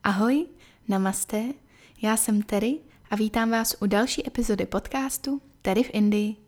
Ahoj, namaste, já jsem Terry a vítám vás u další epizody podcastu Terry v Indii.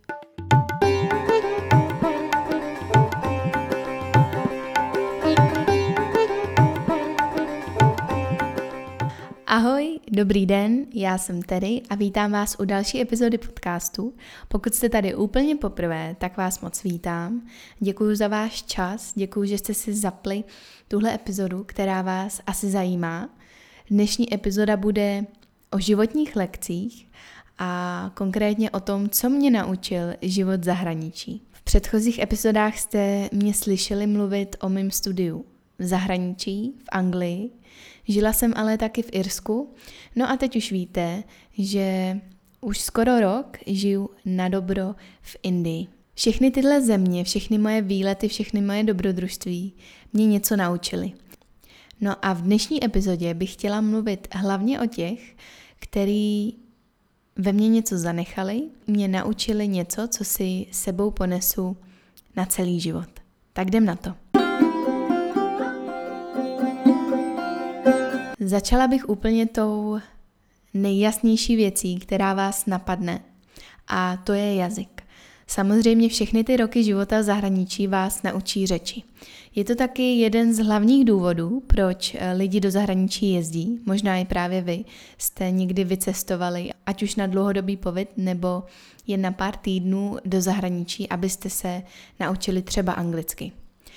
Ahoj, dobrý den, já jsem Terry a vítám vás u další epizody podcastu. Pokud jste tady úplně poprvé, tak vás moc vítám. Děkuji za váš čas, děkuji, že jste si zapli tuhle epizodu, která vás asi zajímá. Dnešní epizoda bude o životních lekcích a konkrétně o tom, co mě naučil život v zahraničí. V předchozích epizodách jste mě slyšeli mluvit o mém studiu v zahraničí, v Anglii. Žila jsem ale taky v Irsku. No a teď už víte, že už skoro rok žiju na dobro v Indii. Všechny tyhle země, všechny moje výlety, všechny moje dobrodružství mě něco naučily. No a v dnešní epizodě bych chtěla mluvit hlavně o těch, který ve mně něco zanechali, mě naučili něco, co si sebou ponesu na celý život. Tak jdem na to. Začala bych úplně tou nejjasnější věcí, která vás napadne, a to je jazyk. Samozřejmě všechny ty roky života v zahraničí vás naučí řeči. Je to taky jeden z hlavních důvodů, proč lidi do zahraničí jezdí. Možná i právě vy jste někdy vycestovali, ať už na dlouhodobý pobyt nebo jen na pár týdnů do zahraničí, abyste se naučili třeba anglicky.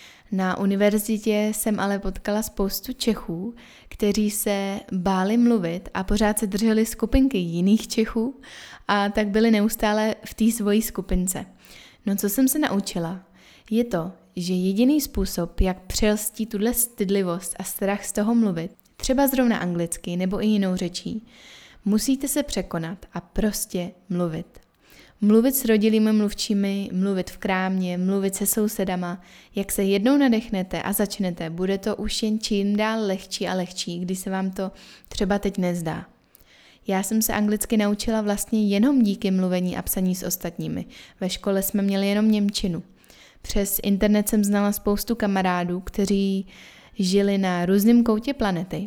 Na univerzitě jsem ale potkala spoustu Čechů, kteří se báli mluvit a pořád se drželi skupinky jiných Čechů a tak byli neustále v té svojí skupince. No co jsem se naučila, je to, že jediný způsob, jak přelstít tuhle stydlivost a strach z toho mluvit, třeba zrovna anglicky nebo i jinou řečí, musíte se překonat a prostě mluvit. Mluvit s rodilými mluvčími, mluvit v krámě, mluvit se sousedama. Jak se jednou nadechnete a začnete, bude to už jen čím dál lehčí a lehčí, když se vám to třeba teď nezdá. Já jsem se anglicky naučila vlastně jenom díky mluvení a psaní s ostatními. Ve škole jsme měli jenom němčinu. Přes internet jsem znala spoustu kamarádů, kteří žili na různém koutě planety.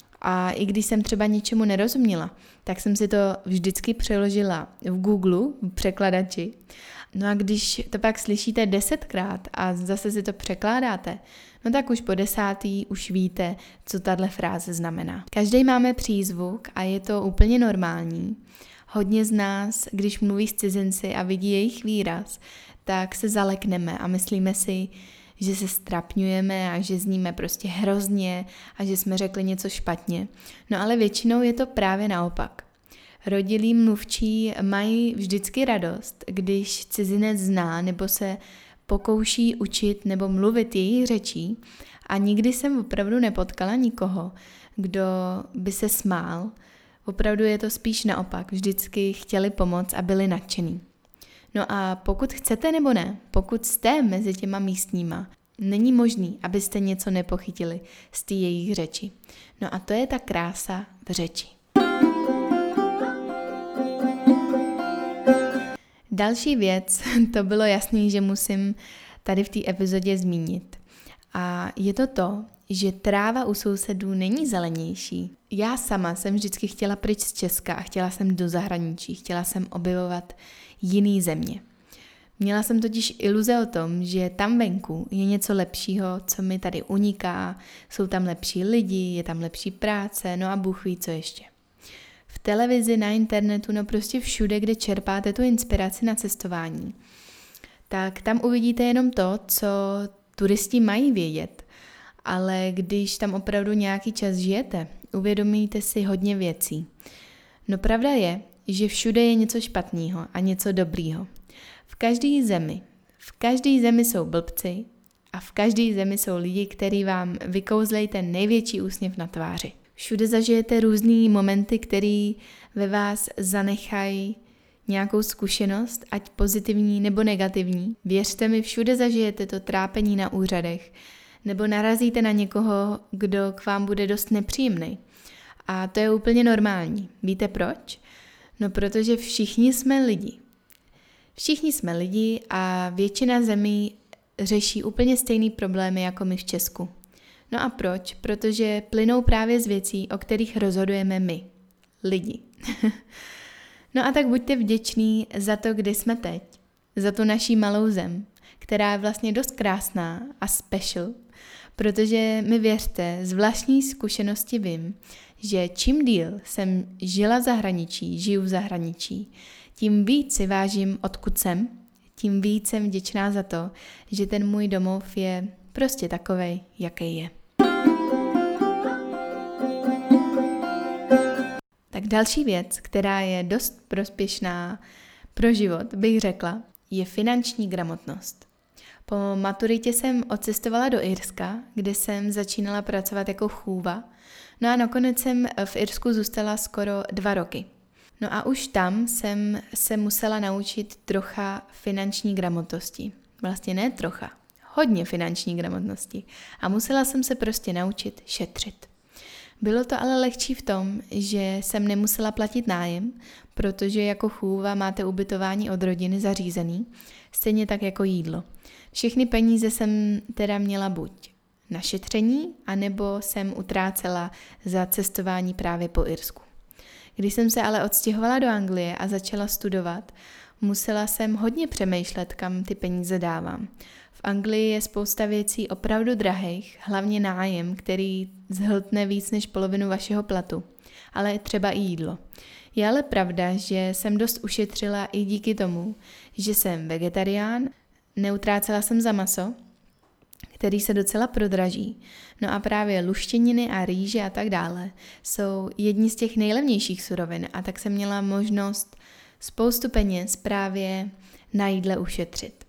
A i když jsem třeba něčemu nerozuměla, tak jsem si to vždycky přeložila v Google, v překladači. No a když to pak slyšíte 10krát a zase si to překládáte, no tak už po 10. už víte, co tahle fráze znamená. Každý máme přízvuk a je to úplně normální. Hodně z nás, když mluví s cizinci a vidí jejich výraz, tak se zalekneme a myslíme si, že se strapňujeme a že zníme prostě hrozně a že jsme řekli něco špatně. No ale většinou je to právě naopak. Rodilí mluvčí mají vždycky radost, když cizinec zná nebo se pokouší učit nebo mluvit jejich řečí a nikdy jsem opravdu nepotkala nikoho, kdo by se smál. Opravdu je to spíš naopak. Vždycky chtěli pomoct a byli nadšení. No a pokud chcete nebo ne, pokud jste mezi těma místníma, není možný, abyste něco nepochytili z té jejich řeči. No a to je ta krása v řeči. Další věc, to bylo jasný, že musím tady v té epizodě zmínit. A je to, že tráva u sousedů není zelenější. Já sama jsem vždycky chtěla pryč z Česka a chtěla jsem do zahraničí, chtěla jsem objevovat jiný země. Měla jsem totiž iluze o tom, že tam venku je něco lepšího, co mi tady uniká, jsou tam lepší lidi, je tam lepší práce, no a Bůh ví co ještě. V televizi, na internetu, no prostě všude, kde čerpáte tu inspiraci na cestování, tak tam uvidíte jenom to, co turisti mají vědět. Ale když tam opravdu nějaký čas žijete, uvědomíte si hodně věcí. No pravda je, že všude je něco špatného a něco dobrýho. V každé zemi jsou blbci a v každé zemi jsou lidi, kteří vám vykouzlejí ten největší úsměv na tváři. Všude zažijete různý momenty, které ve vás zanechají nějakou zkušenost, ať pozitivní nebo negativní. Věřte mi, všude zažijete to trápení na úřadech nebo narazíte na někoho, kdo k vám bude dost nepříjemný. A to je úplně normální. Víte proč? No protože všichni jsme lidi. Všichni jsme lidi a většina zemí řeší úplně stejný problémy jako my v Česku. No a proč? Protože plynou právě z věcí, o kterých rozhodujeme my, lidi. No a tak buďte vděční za to, kde jsme teď, za tu naší malou zem, která je vlastně dost krásná a special, protože mi věřte, z vlastní zkušenosti vím, že čím díl jsem žila v zahraničí, žiju v zahraničí, tím víc si vážím, odkud jsem, tím víc jsem vděčná za to, že ten můj domov je prostě takovej, jaký je. Tak další věc, která je dost prospěšná pro život, bych řekla, je finanční gramotnost. Po maturitě jsem odcestovala do Irska, kde jsem začínala pracovat jako chůva. No a nakonec jsem v Irsku zůstala skoro 2 roky. No a už tam jsem se musela naučit trocha finanční gramotnosti. Vlastně ne trocha, hodně finanční gramotnosti. A musela jsem se prostě naučit šetřit. Bylo to ale lehčí v tom, že jsem nemusela platit nájem, protože jako chůva máte ubytování od rodiny zařízený, stejně tak jako jídlo. Všechny peníze jsem teda měla buď na šetření, anebo jsem utrácela za cestování právě po Irsku. Když jsem se ale odstěhovala do Anglie a začala studovat, musela jsem hodně přemýšlet, kam ty peníze dávám. V Anglii je spousta věcí opravdu drahých, hlavně nájem, který zhltne víc než polovinu vašeho platu, ale třeba i jídlo. Je ale pravda, že jsem dost ušetřila i díky tomu, že jsem vegetarián, neutrácela jsem za maso, který se docela prodraží. No a právě luštěniny a rýže a tak dále jsou jedni z těch nejlevnějších surovin a tak jsem měla možnost spoustu peněz právě na jídle ušetřit.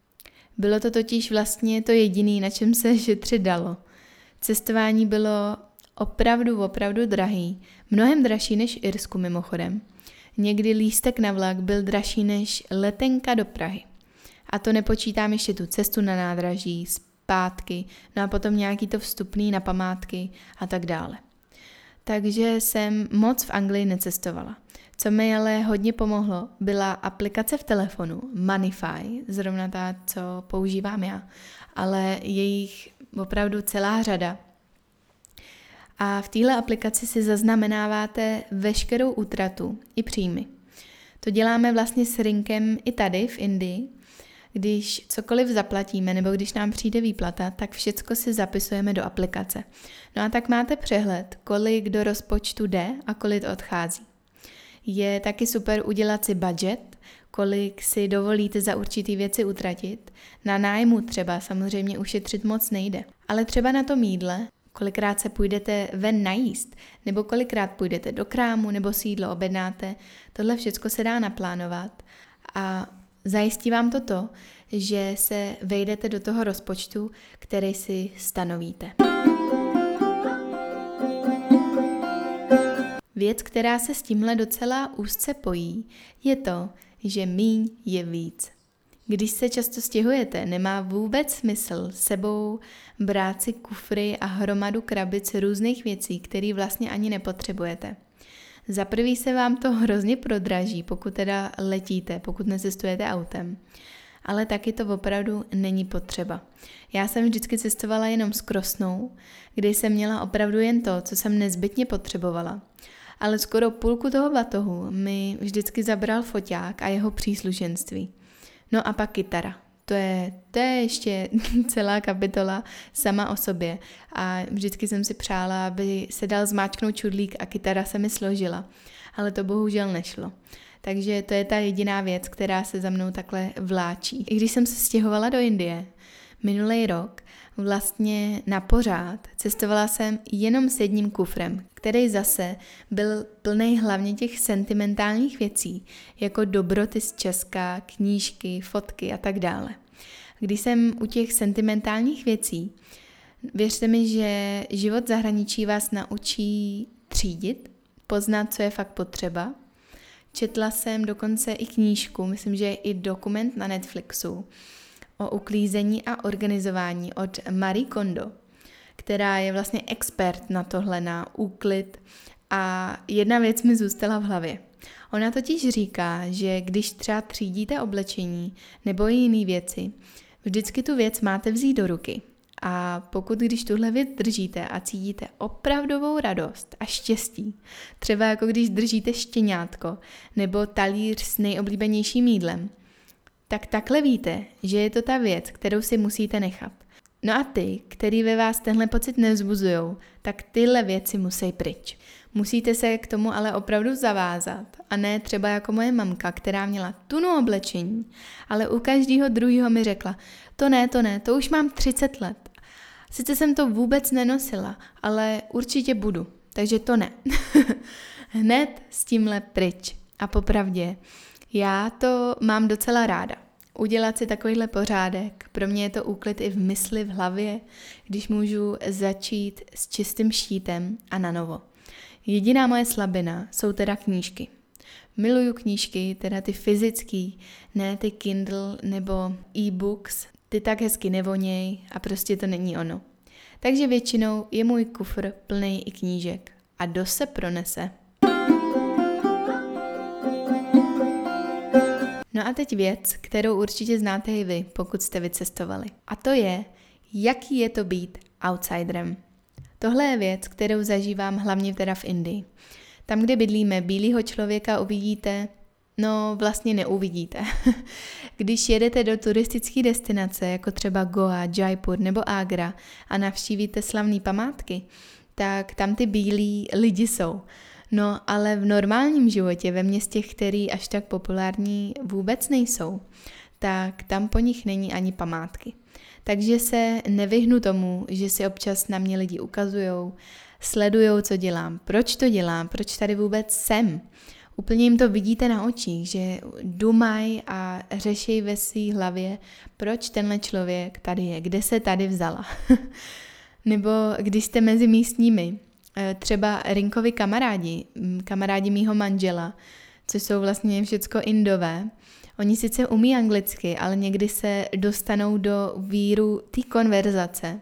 Bylo to totiž vlastně to jediné, na čem se šetřit dalo. Cestování bylo opravdu drahý, mnohem dražší než v Irsku mimochodem. Někdy lístek na vlak byl dražší než letenka do Prahy. A to nepočítám ještě tu cestu na nádraží, zpátky, no a potom nějaký to vstupný na památky a tak dále. Takže jsem moc v Anglii necestovala. Co mi ale hodně pomohlo, byla aplikace v telefonu, Moneyfy, zrovna ta, co používám já, ale je jich opravdu celá řada. A v téhle aplikaci si zaznamenáváte veškerou útratu i příjmy. To děláme vlastně s Rinkem i tady v Indii. Když cokoliv zaplatíme nebo když nám přijde výplata, tak všecko si zapisujeme do aplikace. No a tak máte přehled, kolik do rozpočtu jde a kolik odchází. Je taky super udělat si budget, kolik si dovolíte za určitý věci utratit. Na nájmu třeba samozřejmě ušetřit moc nejde, ale třeba na tom jídle, kolikrát se půjdete ven najíst, nebo kolikrát půjdete do krámu, nebo si jídlo objednáte, tohle všecko se dá naplánovat a zajistí vám to, že se vejdete do toho rozpočtu, který si stanovíte. Věc, která se s tímhle docela úzce pojí, je to, že míň je víc. Když se často stěhujete, nemá vůbec smysl sebou brát si kufry a hromadu krabic různých věcí, které vlastně ani nepotřebujete. Za prvý se vám to hrozně prodraží, pokud teda letíte, pokud necestujete autem. Ale taky to opravdu není potřeba. Já jsem vždycky cestovala jenom s krosnou, kde jsem měla opravdu jen to, co jsem nezbytně potřebovala. Ale skoro půlku toho batohu mi vždycky zabral foťák a jeho příslušenství. No a pak kytara. To je ještě celá kapitola sama o sobě a vždycky jsem si přála, aby se dal zmáčknout čudlík a kytara se mi složila, ale to bohužel nešlo. Takže to je ta jediná věc, která se za mnou takhle vláčí. I když jsem se stěhovala do Indie minulý rok, vlastně na pořád cestovala jsem jenom s jedním kufrem, který zase byl plný hlavně těch sentimentálních věcí, jako dobroty z Česka, knížky, fotky a tak dále. Když jsem u těch sentimentálních věcí, věřte mi, že život v zahraničí vás naučí třídit, poznat, co je fakt potřeba. Četla jsem dokonce i knížku, myslím, že i dokument na Netflixu, o uklízení a organizování od Marie Kondo, která je vlastně expert na tohle, na úklid a jedna věc mi zůstala v hlavě. Ona totiž říká, že když třeba třídíte oblečení nebo i jiné věci, vždycky tu věc máte vzít do ruky A pokud když tuhle věc držíte a cítíte opravdovou radost a štěstí, třeba jako když držíte štěňátko nebo talíř s nejoblíbenějším jídlem, tak takhle víte, že je to ta věc, kterou si musíte nechat. No a ty, který ve vás tenhle pocit nevzbuzujou, tak tyhle věci musí pryč. Musíte se k tomu ale opravdu zavázat a ne třeba jako moje mamka, která měla tunu oblečení, ale u každého druhého mi řekla, to ne, to už mám 30 let. Sice jsem to vůbec nenosila, ale určitě budu, takže to ne. Hned s tímhle pryč. A popravdě, já to mám docela ráda. Udělat si takovýhle pořádek, pro mě je to úklid i v mysli, v hlavě, když můžu začít s čistým štítem a na novo. Jediná moje slabina jsou teda knížky. Miluju knížky, teda ty fyzický, ne ty Kindle nebo e-books, ty tak hezky nevoněj a prostě to není ono. Takže většinou je můj kufr plný i knížek a dost se pronese. No a teď věc, kterou určitě znáte i vy, pokud jste vycestovali. A to je, jaký je to být outsiderem. Tohle je věc, kterou zažívám hlavně teda v Indii. Tam, kde bydlíme, bílýho člověka uvidíte, no vlastně neuvidíte. Když jedete do turistické destinace, jako třeba Goa, Jaipur nebo Agra a navštívíte slavné památky, tak tam ty bílí lidi jsou. No ale v normálním životě, ve městě, který až tak populární vůbec nejsou, tak tam po nich není ani památky. Takže se nevyhnu tomu, že si občas na mě lidi ukazujou, sledujou, co dělám, proč to dělám, proč tady vůbec jsem. Úplně jim to vidíte na očích, že dumají a řeší ve své hlavě, proč tenhle člověk tady je, kde se tady vzala. Nebo když jste mezi místními, třeba Rinkovi kamarádi mýho manžela, což jsou vlastně všecko Indové, oni sice umí anglicky, ale někdy se dostanou do víru té konverzace.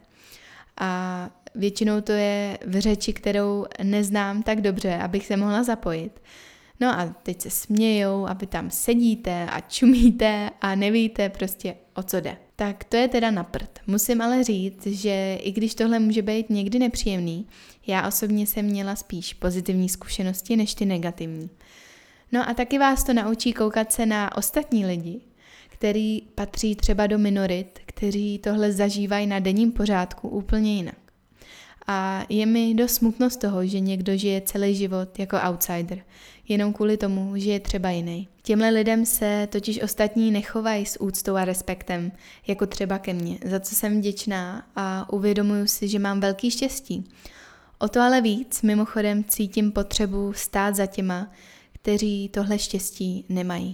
A většinou to je v řeči, kterou neznám tak dobře, abych se mohla zapojit. No a teď se smějou a vy tam sedíte a čumíte a nevíte prostě, o co jde. Tak to je teda na prd. Musím ale říct, že i když tohle může být někdy nepříjemný, já osobně jsem měla spíš pozitivní zkušenosti než ty negativní. No a taky vás to naučí koukat se na ostatní lidi, který patří třeba do minorit, kteří tohle zažívají na denním pořádku úplně jinak. A je mi dost smutno z toho, že někdo žije celý život jako outsider, jenom kvůli tomu, že je třeba jiný. Těmhle lidem se totiž ostatní nechovají s úctou a respektem, jako třeba ke mně, za co jsem vděčná a uvědomuju si, že mám velký štěstí. O to ale víc, mimochodem, cítím potřebu stát za těma, kteří tohle štěstí nemají.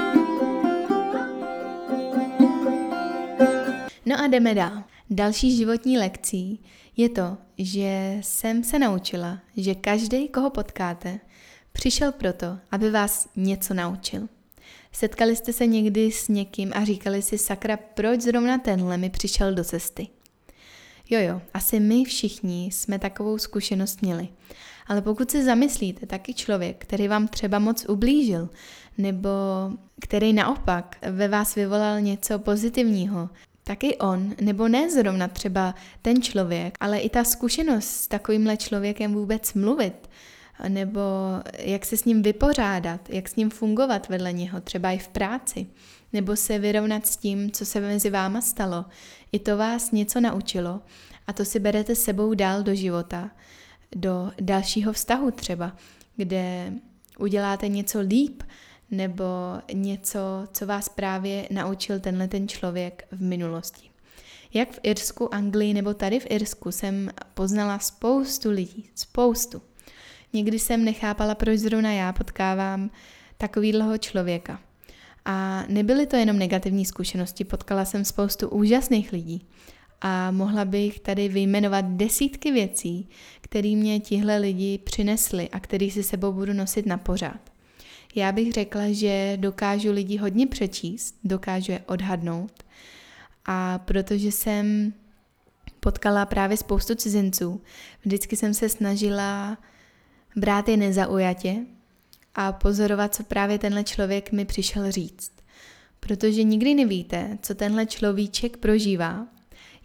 No a jdeme dál. Další životní lekcí je to, že jsem se naučila, že každý, koho potkáte, přišel proto, aby vás něco naučil. Setkali jste se někdy s někým a říkali si, sakra, proč zrovna tenhle mi přišel do cesty? Jo, asi my všichni jsme takovou zkušenost měli. Ale pokud se zamyslíte, taky člověk, který vám třeba moc ublížil, nebo který naopak ve vás vyvolal něco pozitivního, taky on, nebo ne zrovna třeba ten člověk, ale i ta zkušenost s takovýmhle člověkem vůbec mluvit, nebo jak se s ním vypořádat, jak s ním fungovat vedle něho, třeba i v práci, nebo se vyrovnat s tím, co se mezi váma stalo. I to vás něco naučilo a to si berete sebou dál do života, do dalšího vztahu třeba, kde uděláte něco líp, nebo něco, co vás právě naučil ten člověk v minulosti. Jak v Irsku, Anglii nebo tady v Irsku jsem poznala spoustu lidí, spoustu. Někdy jsem nechápala, proč zrovna já potkávám takovýhleho člověka. A nebyly to jenom negativní zkušenosti, potkala jsem spoustu úžasných lidí. A mohla bych tady vyjmenovat desítky věcí, které mě tihle lidi přinesli a který si sebou budu nosit na pořád. Já bych řekla, že dokážu lidi hodně přečíst, dokážu je odhadnout. A protože jsem potkala právě spoustu cizinců, vždycky jsem se snažila brát je nezaujatě a pozorovat, co právě tenhle člověk mi přišel říct. Protože nikdy nevíte, co tenhle človíček prožívá,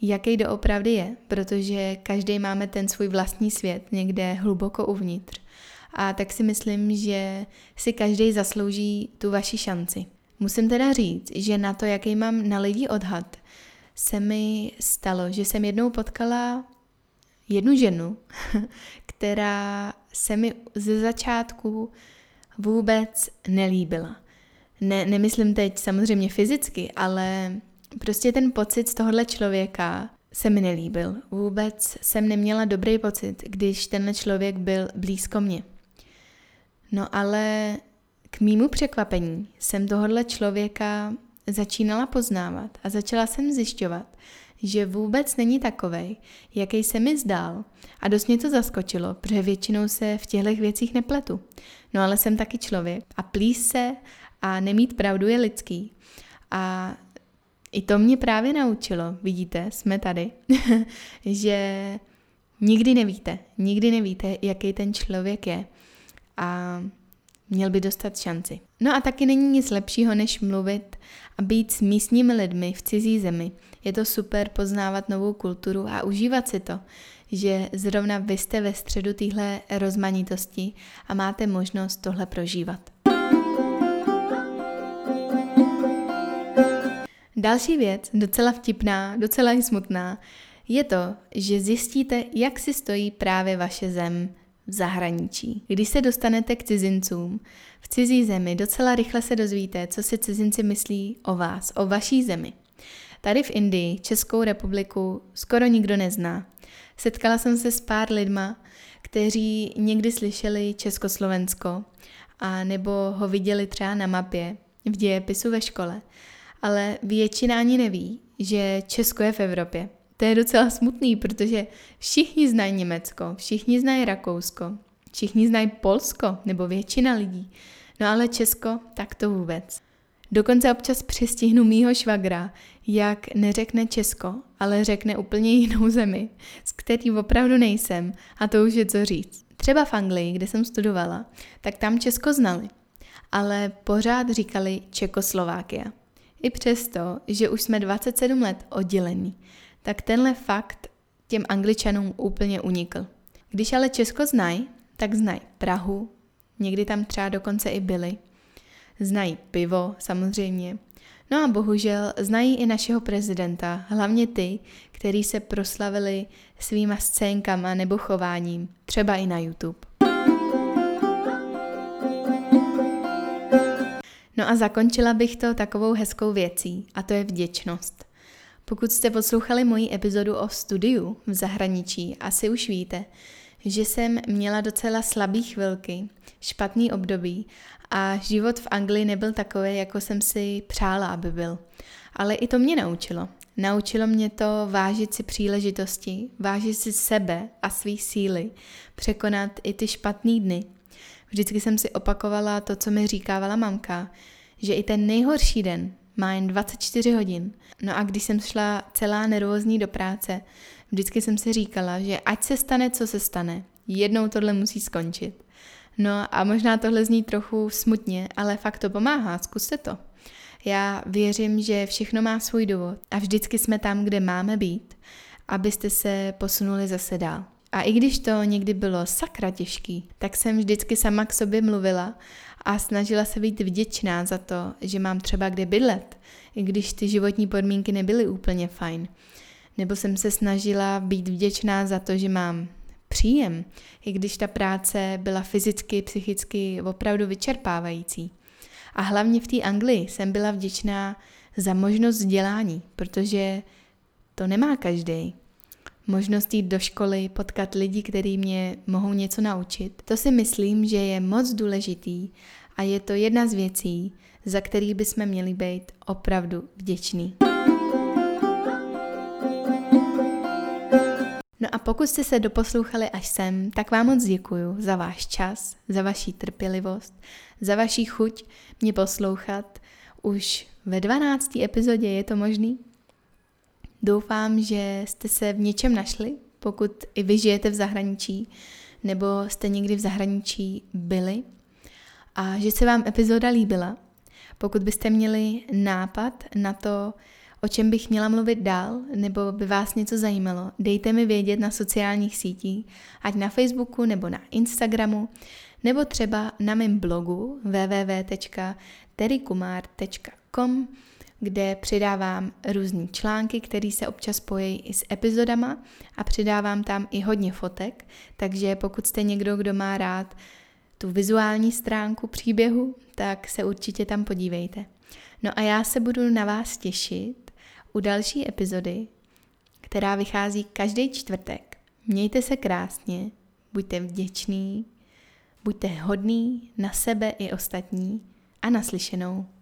jaký doopravdy je, protože každý máme ten svůj vlastní svět někde hluboko uvnitř. A tak si myslím, že si každý zaslouží tu vaši šanci. Musím teda říct, že na to, jaký mám na lidi odhad, se mi stalo, že jsem jednou potkala jednu ženu, která se mi ze začátku vůbec nelíbila. Nemyslím teď samozřejmě fyzicky, ale prostě ten pocit z tohohle člověka se mi nelíbil. Vůbec jsem neměla dobrý pocit, když tenhle člověk byl blízko mě. No ale k mému překvapení jsem tohohle člověka začínala poznávat a začala jsem zjišťovat, že vůbec není takovej, jaký se mi zdál. A dost mě to zaskočilo, protože většinou se v těchto věcích nepletu. No ale jsem taky člověk a plíst se a nemít pravdu je lidský. A i to mě právě naučilo, vidíte, jsme tady, že nikdy nevíte, jaký ten člověk je a měl by dostat šanci. No a taky není nic lepšího, než mluvit a být s místními lidmi v cizí zemi. Je to super poznávat novou kulturu a užívat si to, že zrovna vy jste ve středu téhle rozmanitosti a máte možnost tohle prožívat. Další věc, docela vtipná, docela i smutná, je to, že zjistíte, jak si stojí právě vaše zem v zahraničí. Když se dostanete k cizincům v cizí zemi, docela rychle se dozvíte, co si cizinci myslí o vás, o vaší zemi. Tady v Indii, Českou republiku, skoro nikdo nezná. Setkala jsem se s pár lidma, kteří někdy slyšeli Československo a nebo ho viděli třeba na mapě v dějepisu ve škole. Ale většina ani neví, že Česko je v Evropě. To je docela smutný, protože všichni znají Německo, všichni znají Rakousko, všichni znají Polsko, nebo většina lidí. No ale Česko, tak to vůbec. Dokonce občas přistihnu mýho švagra, jak neřekne Česko, ale řekne úplně jinou zemi, z který opravdu nejsem, a to už je co říct. Třeba v Anglii, kde jsem studovala, tak tam Česko znali, ale pořád říkali Čekoslovákia. I přesto, že už jsme 27 let oddělení, tak tenhle fakt těm Angličanům úplně unikl. Když ale Česko znají, tak znají Prahu, někdy tam třeba dokonce i byli, znají pivo samozřejmě, no a bohužel znají i našeho prezidenta, hlavně ty, kteří se proslavili svýma scénkama nebo chováním, třeba i na YouTube. No a zakončila bych to takovou hezkou věcí, a to je vděčnost. Pokud jste poslouchali moji epizodu o studiu v zahraničí, asi už víte, že jsem měla docela slabý chvilky, špatný období a život v Anglii nebyl takový, jako jsem si přála, aby byl. Ale i to mě naučilo. Naučilo mě to vážit si příležitosti, vážit si sebe a svý síly, překonat i ty špatný dny. Vždycky jsem si opakovala to, co mi říkávala mamka, že i ten nejhorší den má jen 24 hodin. No a když jsem šla celá nervózní do práce, vždycky jsem si říkala, že ať se stane, co se stane, jednou tohle musí skončit. No a možná tohle zní trochu smutně, ale fakt to pomáhá, zkuste to. Já věřím, že všechno má svůj důvod a vždycky jsme tam, kde máme být, abyste se posunuli zase dál. A i když to někdy bylo sakra těžký, tak jsem vždycky sama k sobě mluvila a snažila se být vděčná za to, že mám třeba kde bydlet, i když ty životní podmínky nebyly úplně fajn. Nebo jsem se snažila být vděčná za to, že mám příjem, i když ta práce byla fyzicky, psychicky opravdu vyčerpávající. A hlavně v té Anglii jsem byla vděčná za možnost vzdělání, protože to nemá každý. Možnost jít do školy, potkat lidi, kteří mě mohou něco naučit. To si myslím, že je moc důležitý a je to jedna z věcí, za který bychom měli být opravdu vděční. No a pokud jste se doposlouchali až sem, tak vám moc děkuju za váš čas, za vaši trpělivost, za vaši chuť mě poslouchat. Už ve 12. epizodě je to možný? Doufám, že jste se v něčem našli, pokud i vy žijete v zahraničí, nebo jste někdy v zahraničí byli a že se vám epizoda líbila. Pokud byste měli nápad na to, o čem bych měla mluvit dál, nebo by vás něco zajímalo, dejte mi vědět na sociálních sítích, ať na Facebooku nebo na Instagramu, nebo třeba na mém blogu www.terrykumar.com, kde přidávám různý články, které se občas spojí i s epizodama a přidávám tam i hodně fotek, takže pokud jste někdo, kdo má rád tu vizuální stránku příběhu, tak se určitě tam podívejte. No a já se budu na vás těšit u další epizody, která vychází každý čtvrtek. Mějte se krásně, buďte vděční, buďte hodný na sebe i ostatní a naslyšenou.